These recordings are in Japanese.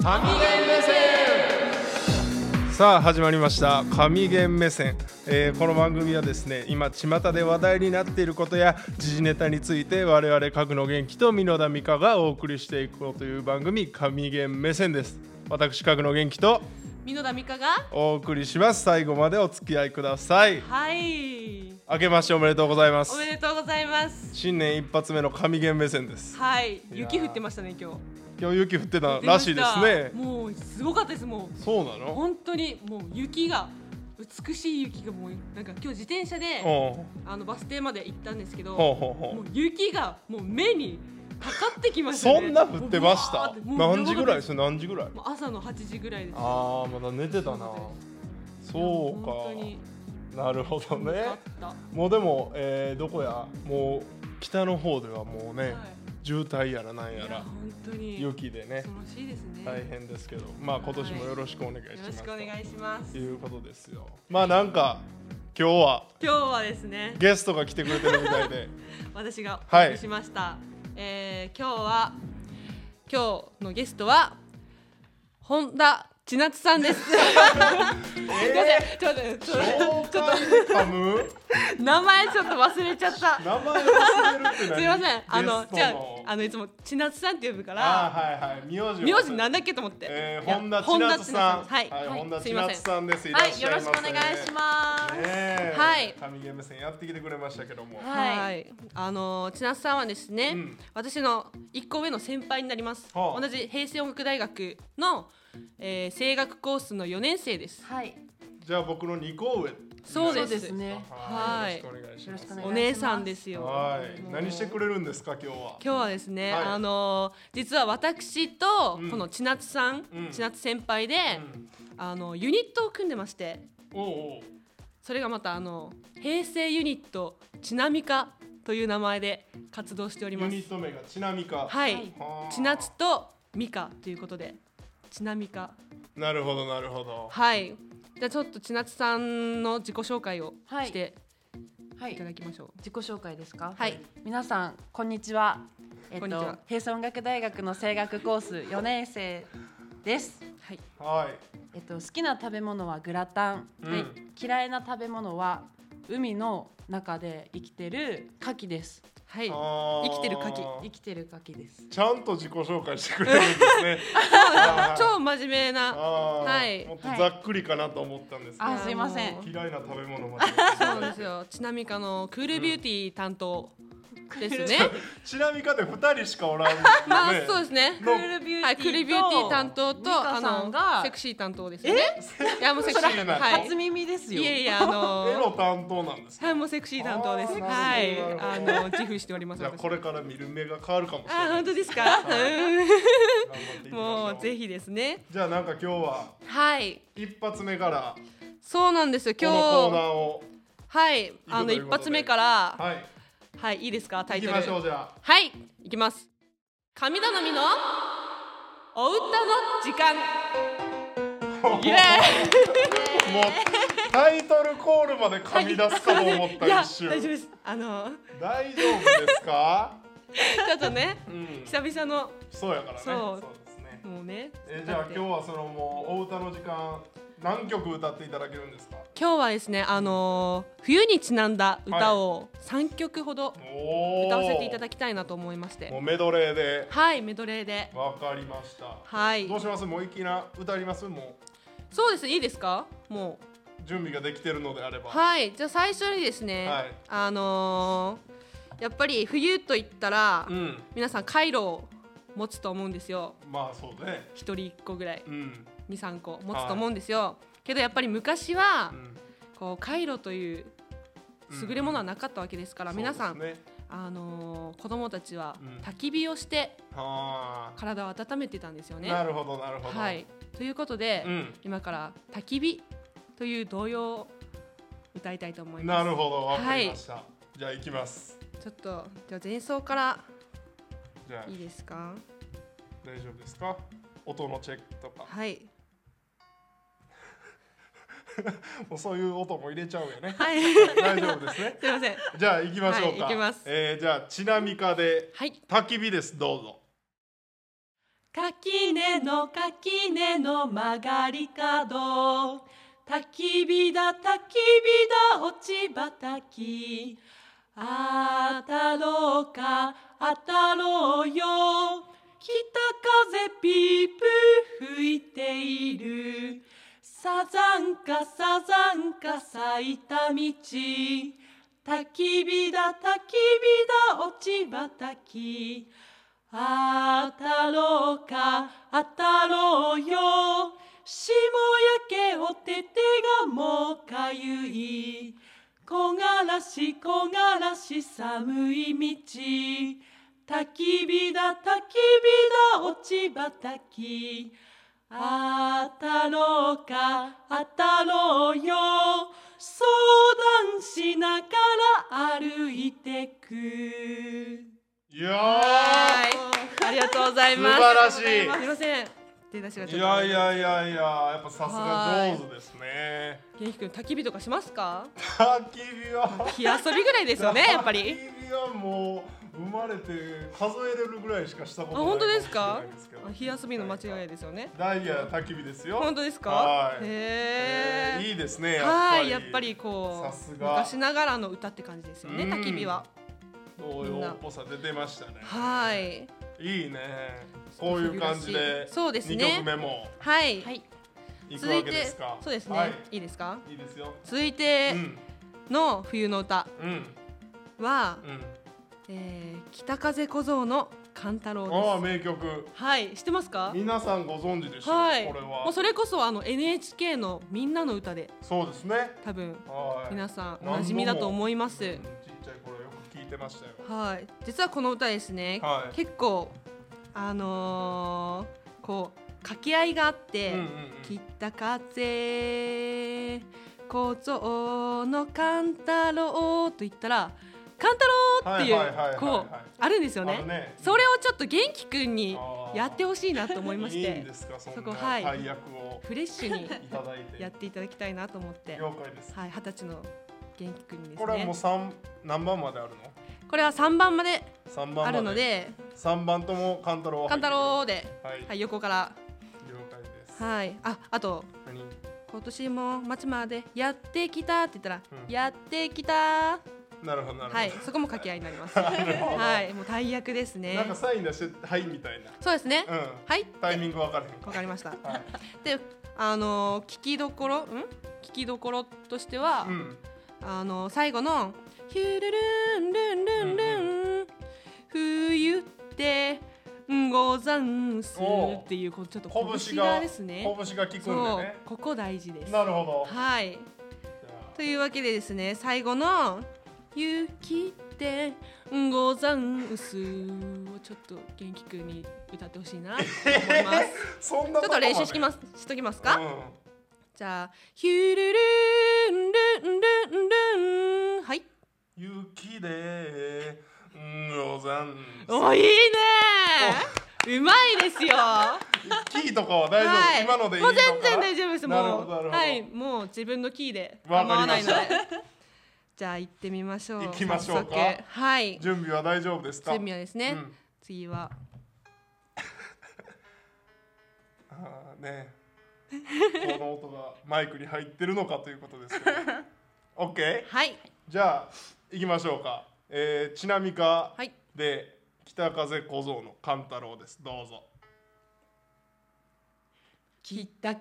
神ゲン目線。さあ始まりました神ゲン目線、この番組はですね、今巷で話題になっていることや時事ネタについて我々かぐの元気と箕田美香がお送りしていこうという番組、神ゲン目線です。私かぐの元気と箕田美香がお送りします。最後までお付き合いください。 はい、 明けましておめでとうございます。 おめでとうございます。 新年一発目の神ゲン目線です。 はい、雪降ってましたね今日雪降ってたらしいですね。 もうすごかったです。もうそうなの？ 本当にもう雪が美しい雪がもうなんか今日自転車でバス停まで行ったんですけど、もう雪がもう目にかかってきましたね。 そんな降ってました？何時ぐらいです？何時ぐらい？ もう朝の8時ぐらいです。 ああ、まだ寝てたな。そうか。 本当になるほどね。もうでも、どこやもう北の方ではもうね、渋滞やらなんやら本当に雪でね、 恐ろしいですね。 大変ですけど、まあ今年もよろしくお願いします。 よろしくお願いします。 ということですよ。まあなんか今日はですね、 ゲストが来てくれてるみたいで私がお送りしました。今日のゲストは本田千夏さんです。ちょっと名前ちょっと忘れちゃった。 名前忘れるって何？ すいません。じゃあいつも千夏さんって呼ぶから、 はいはい、名字なんだっけと思って。 本田千夏さん。 はい、 本田千夏さんです。 はい、よろしくお願いします。はい、 神ゲン目線やってきてくれましたけども、 はい、千夏さんはですね、私の1個上の先輩になります。同じ平成音楽大学の声楽コースの4年生です。 はい。 じゃあ僕の2個上。 そうですね。 はい。 よろしくお願いします。 お姉さんですよ。 はい。何してくれるんですか今日は？ 今日はですね、実は私とこの千夏さん、千夏先輩でユニットを組んでまして、それがまた平成ユニットちなみかという名前で活動しております。 ユニット名がちなみか。 はい。千夏とみかということで。ちなみか。 なるほどなるほど。 はい。じゃあちょっと千夏さんの自己紹介をしていただきましょう。 自己紹介ですか？ はい。 皆さんこんにちは。平成音楽大学の声楽コース4年生です。 はい。 はい。 好きな食べ物はグラタン。嫌いな食べ物は海の中で生きてる牡蠣です。 はい、生きてる牡蠣です。 ちゃんと自己紹介してくれるんですね。 超真面目な。はい。 もっとざっくりかなと思ったんですけど。 すいません。 嫌いな食べ物まで。 そうですよ。ちなみかのクールビューティー担当ですね。 ちなみかで2人しかおらん。 まあそうですね。 クールビューティー担当とセクシー担当ですね。いやもうセクシーな。 初耳ですよ。 いやいやエロ担当なんですか？ はい、もうセクシー担当です。はい、自負しております。 じゃあこれから見る目が変わるかもしれない。 本当ですか？もうぜひですね。 じゃあなんか今日は一発目から。 そうなんですよ。今日このコーナーを。 はい、一発目から。はい、いいですか？タイトル。 行きましょうじゃあ。 はい、行きます。神頼みのお歌の時間。イエーイ。 もうタイトルコールまで噛み出すかと思った一瞬。 大丈夫です。 大丈夫ですか？ ちょっとね、久々の。 そうやからね。そうですね。 もうね。 じゃあ今日はそのもうお歌の時間何曲歌っていただけるんですか？ 今日はですね、冬にちなんだ歌を3曲ほど歌わせていただきたいなと思いまして。 もうメドレーで。 はい、メドレーで。 わかりました。 はい。 どうします？もういきな歌います？もう。そうです。いいですか？もう。 準備ができてるのであれば。 はい。じゃあ最初にですね、やっぱり冬と言ったら、皆さんカイロを持つと思うんですよ。 まあそうね。 1人1個ぐらい、2、3個持つと思うんですよ。けどやっぱり昔は、こうカイロという優れものはなかったわけですから、皆さん、子供たちは焚き火をして体を温めてたんですよね。 なるほどなるほど。 はい。ということで、今から焚き火という童謡を歌いたいと思います。 なるほど、わかりました。じゃあ行きます。 ちょっとじゃあ前奏からいいですか？ 大丈夫ですか？音のチェックとか。 はい。 もうそういう音も入れちゃうよね。 はい。 大丈夫ですね。 すいません。 じゃあ行きましょうか。 行きます。 じゃあちなみかで焚き火です。どうぞ。 垣根の曲がり角、焚き火だ落ち葉たき、当たろうか当たろうよ、北風ピープ吹いている、サザンカ咲いた道、焚き火だ落ち葉たき、当たろうか当たろうよ、霜焼けおててがもうかゆい、木枯らし寒い道、焚き火だ落ち葉たき、当たろうか当たろうよ、相談しながら歩いてく。 いやありがとうございます。 素晴らしい。 すいません。出だしがちょっと。 いややっぱさすが上手ですね。 元気くん焚き火とかしますか？ 焚き火は火遊びぐらいですよね、やっぱり。 焚き火はもう生まれて数えれるぐらいしかしたことない。 本当ですか？火遊びの間違いですよね。 ダイヤ焚き火ですよ。 本当ですか？ はい。 へえ。 いいですね。 はい、やっぱりこうさすが昔ながらの歌って感じですよね、焚き火は。 童謡っぽさ出てましたね。 はい。 いいね。こういう感じで。 そうですね。 2曲目も。 はい。 いくわけですか。 そうですね。いいですか？ いいですよ。 続いての冬の歌は北風小僧のカンタロウです。 ああ、名曲。 はい、知ってますか？ 皆さんご存知でしょう。 はい。 これは。 もうそれこそNHK のみんなの歌で。 そうですね。 多分皆さんお何度もなじみだと思います。 ちっちゃい頃よく聞いてましたよ。 はい。実はこの歌ですね。結構こう掛け合いがあって、北風小僧のカンタロウと言ったらカンタロウっていうこうあるんですよね。それをちょっと元気くんにやってほしいなと思いまして、そこはいフレッシュにやっていただきたいなと思って、 了解です。 はい、20歳の元気くんにですね。 これはもう何番まであるの？ これは3番まであるので、 3番ともカンタロウで、はい、横から了解です。 はい。あと今年も町までやってきたって言ったら、やってきた。 なるほど。 はい、そこも掛け合いになります。はい、もう大役ですね。 なんかサイン出してはいみたいな。 そうですね。はい。 タイミング分かれへん。 分かりました。で、聞きどころとしては、最後のヒュルルンルンルンルン冬ってござんすっていうちょっと拳がですね。 拳が効くんでね。 ここ大事です。 なるほど。 はい。というわけでですね、最後の雪ってござんすをちょっと元気くんに歌ってほしいなと思います。 そんなちょっと練習しときますか？じゃあヒュルルンルンルンルン、はい。 雪でござんす。 お、いいねー。うまいですよ。 キーとかは大丈夫？今のでいいのか？ もう全然大丈夫です。もうはい、もう自分のキーで構わないので。じゃあ行ってみましょう。 行きましょうか。 はい。 準備は大丈夫ですか？ 準備はですね。次は。 ね。この音がマイクに入ってるのかということですけど。OK？ はい。 じゃあ行きましょうか。ちなみかで北風小僧のカンタロウです。どうぞ。 北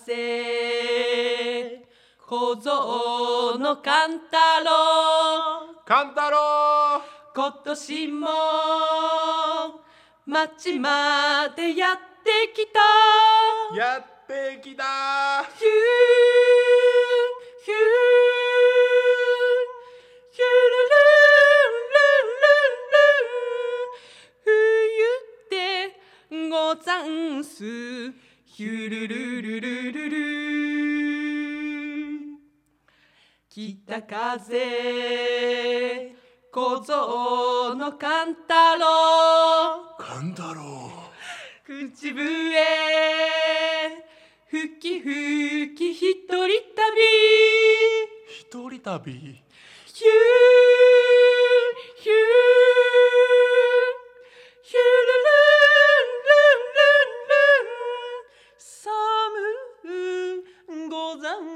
風小僧のカンタロウ、 カンタロウ、 今年も町までやってきた、 やってきた、 ヒューヒューヒュルルンルンルンルン、冬でござんす、ヒュルルルルルル、北風小僧のカンタロウ、 カンタロウ、 口笛吹き吹き一人旅、 一人旅、 ヒューヒューヒュルルンルンルン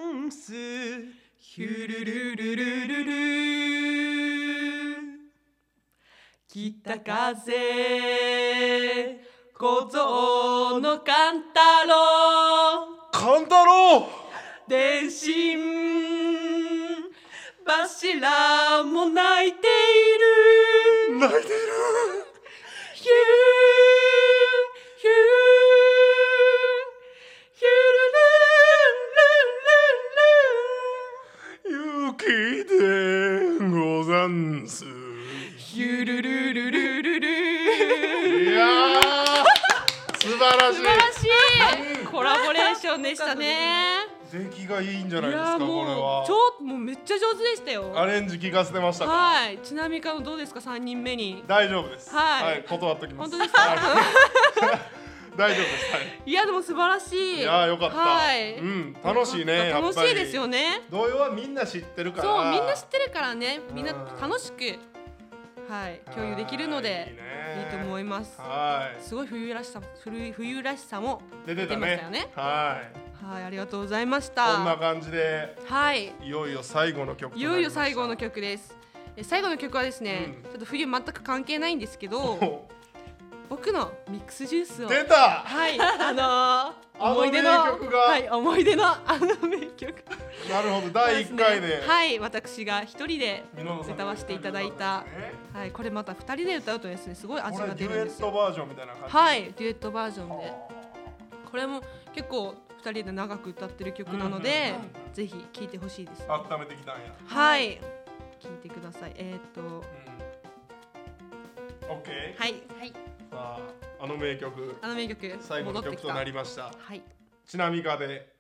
ンスヒュルルルルルル北風小僧の勘太郎勘太郎電信柱も泣いている泣いているヒューヒューヒュルルンルンルンルン雪でござんす。 ヒュルルルルルルいやー素晴らしい。 素晴らしいコラボレーションでしたね。 出来がいいんじゃないいやですかこれは。 もうめっちゃ上手でしたよ。 アレンジ聞かせてましたか。 はい。ちなみかどうですか3人目に。 大丈夫です。 はい断っときます。 本当ですか。 はい大丈夫です。はい。 いやでも素晴らしい。 いやよかった。 はい。 楽しいね。 楽しいですよね。 童謡はみんな知ってるから。 そうみんな知ってるからね。みんな楽しく共有できるのでいいと思います。 はい。 すごい冬らしさも出てたましたよね。 はい。 ありがとうございました。 こんな感じでいよいよ最後の曲となりました。 いよいよ最後の曲です。最後の曲はですね、ちょっと冬全く関係ないんですけど。僕のミックスジュースを出た。 思い出の思い出の名曲。 なるほど第1回で私が一人で歌わせていただいたこれまた2人で歌うとですねすごい味が出るんですよ。 デュエットバージョンみたいな感じ。 はいデュエットバージョンでこれも結構2人で長く歌ってる曲なのでぜひ聴いてほしいです。 温めてきたんや。 はい聴いてください。 オッケー。 はい。 さあ名曲最後の曲となりました。 はい。 ちなみかで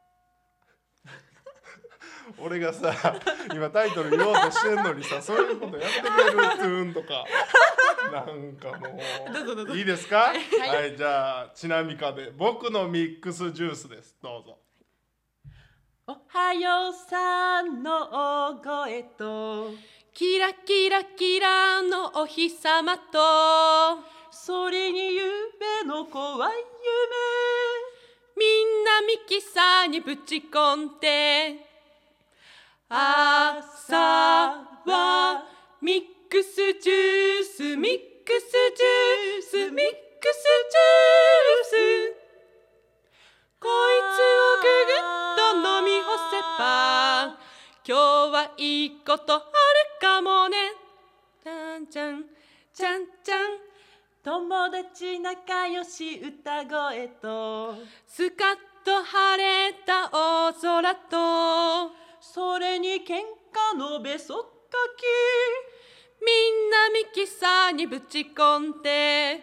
俺がさ今タイトル言おうとしてんのにさそういうことやってくれるトゥーンとかなんかもういいですか。はいじゃあちなみかで僕のミックスジュースです。どうぞ。 おはようさんの大声とキラキラキラのお日様とそれに夢の怖いみんなミキサーにぶち込んで朝はミックスジュースミックスジュースミックスジュースこいつをぐぐっと飲み干せば今日はいいことあるかもねちゃんちゃんちゃんちゃん友達仲良し歌声とスカッと晴れた大空とそれに喧嘩のべそっかきみんなミキサーにぶち込んで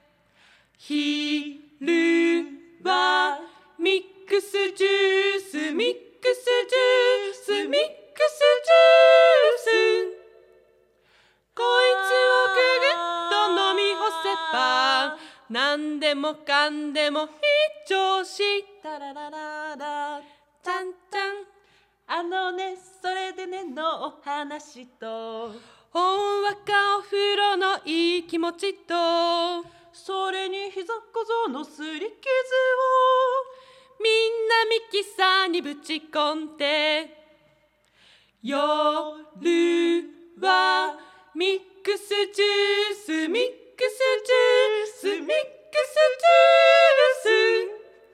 昼はミックスジュースミックスジュースミックスジュースこいつをぐぐっと飲み干せば何でもかんでも一調子タララララちゃんちゃんそれでねのお話とほんわかお風呂のいい気持ちとそれに膝小僧のすり傷をみんなミキサーにぶち込んで夜はミックスジュースミックスジュースミックスジュース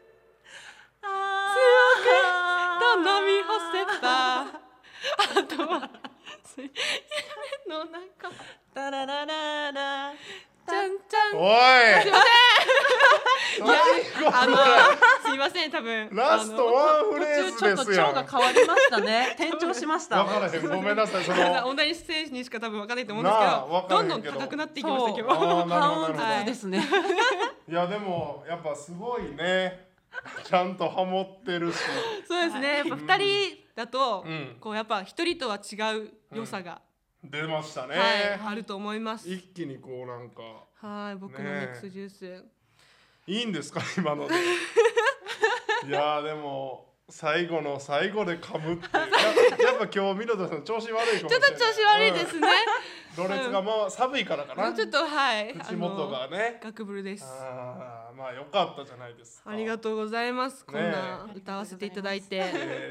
強くと飲み干せばあとは夢の中タララララちゃんちゃんおいすいませんすいません多分ラストワンフレーズちょっとですやん。 調が変わりましたね転調しました分からへんごめんなさいそのオンラインステージにしか多分分かんないと思うんですけなあど分からへんけどどんどん高くなっていきました今日あーなるほどなるほどそうですねいやでもやっぱすごいねちゃんとハモってるしそうですねやっぱ2人だとうんこうやっぱ1人とは違う良さが出ましたね、 あると思います一気にこうなんか僕のミックスジュースいいんですか今のでいやでも最後の最後で噛むっていうやっぱ今日ミノタさん調子悪いかもしれない。 ちょっと調子悪いですね、 ろれつがもう寒いからかな、 ちょっと口元がねガクブルです。 まあ良かったじゃないですか。 ありがとうございます、こんな歌わせていただいて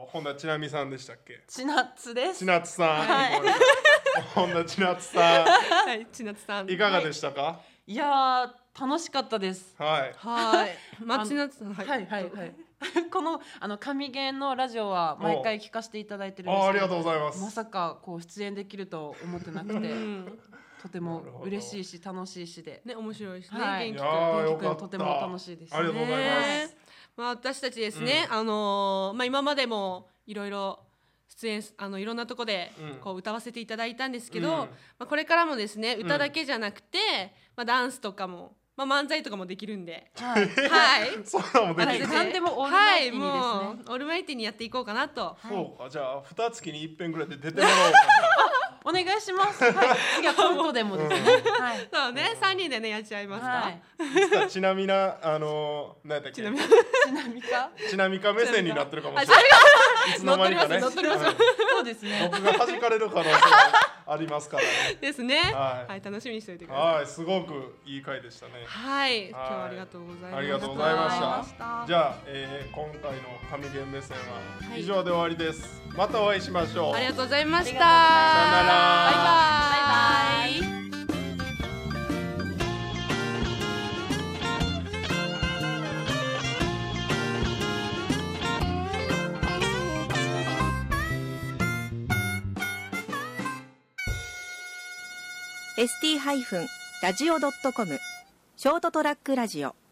本田ちなみさんでしたっけ？ ちなつです。 ちなつさん、 はい本田ちなつさはい千夏さんんいかがでしたか？ いやー楽しかったです。 はいはい千夏さんはいはいはいこの神ゲンのラジオは毎回聞かせていただいてるんですけど、 ありがとうございます。 まさかこう出演できると思ってなくてうんとても嬉しいし楽しいしで、 ね面白いですね、 はい元気いやー元気くよかったんとても楽しいです。 ありがとうございますねまあ、私たちですね、今までもいろいろ出演いろんなとこでこう歌わせていただいたんですけど、 うんまあ、これからもですね歌だけじゃなくて、まあ、ダンスとかも、まあ、漫才とかもできるんで、 はいはいそんなもんできる。 はい何でもオールマイティにですね、 はい、もうオールマイティにやっていこうかなと。 そうか、じゃあ2月に一遍ぐらいで出てもらおうかお願いします。はい、次はコントでもですね。はい。 そうね3人でねやっちゃいますか、 はい。 な。いつかちなみな何やったっけ？ ちなみにちなみか。 ちなみか目線になってるかもしれない。いつの間にかね。 乗ってますうんそうですね。 僕が弾かれる可能性がありますからね。 ですね、 はいはい、楽しみにしておいてください。 はい、すごくいい回でしたね。 はい、今日はありがとうございました。 ありがとうございました。 ありがとうございましたじゃあ、今回の神ゲン目線ははい以上で終わりです。またお会いしましょう。 ありがとうございました。 ありがとうございますさよならバイバイ。バイバイ。 ST-radio.com ショートトラックラジオ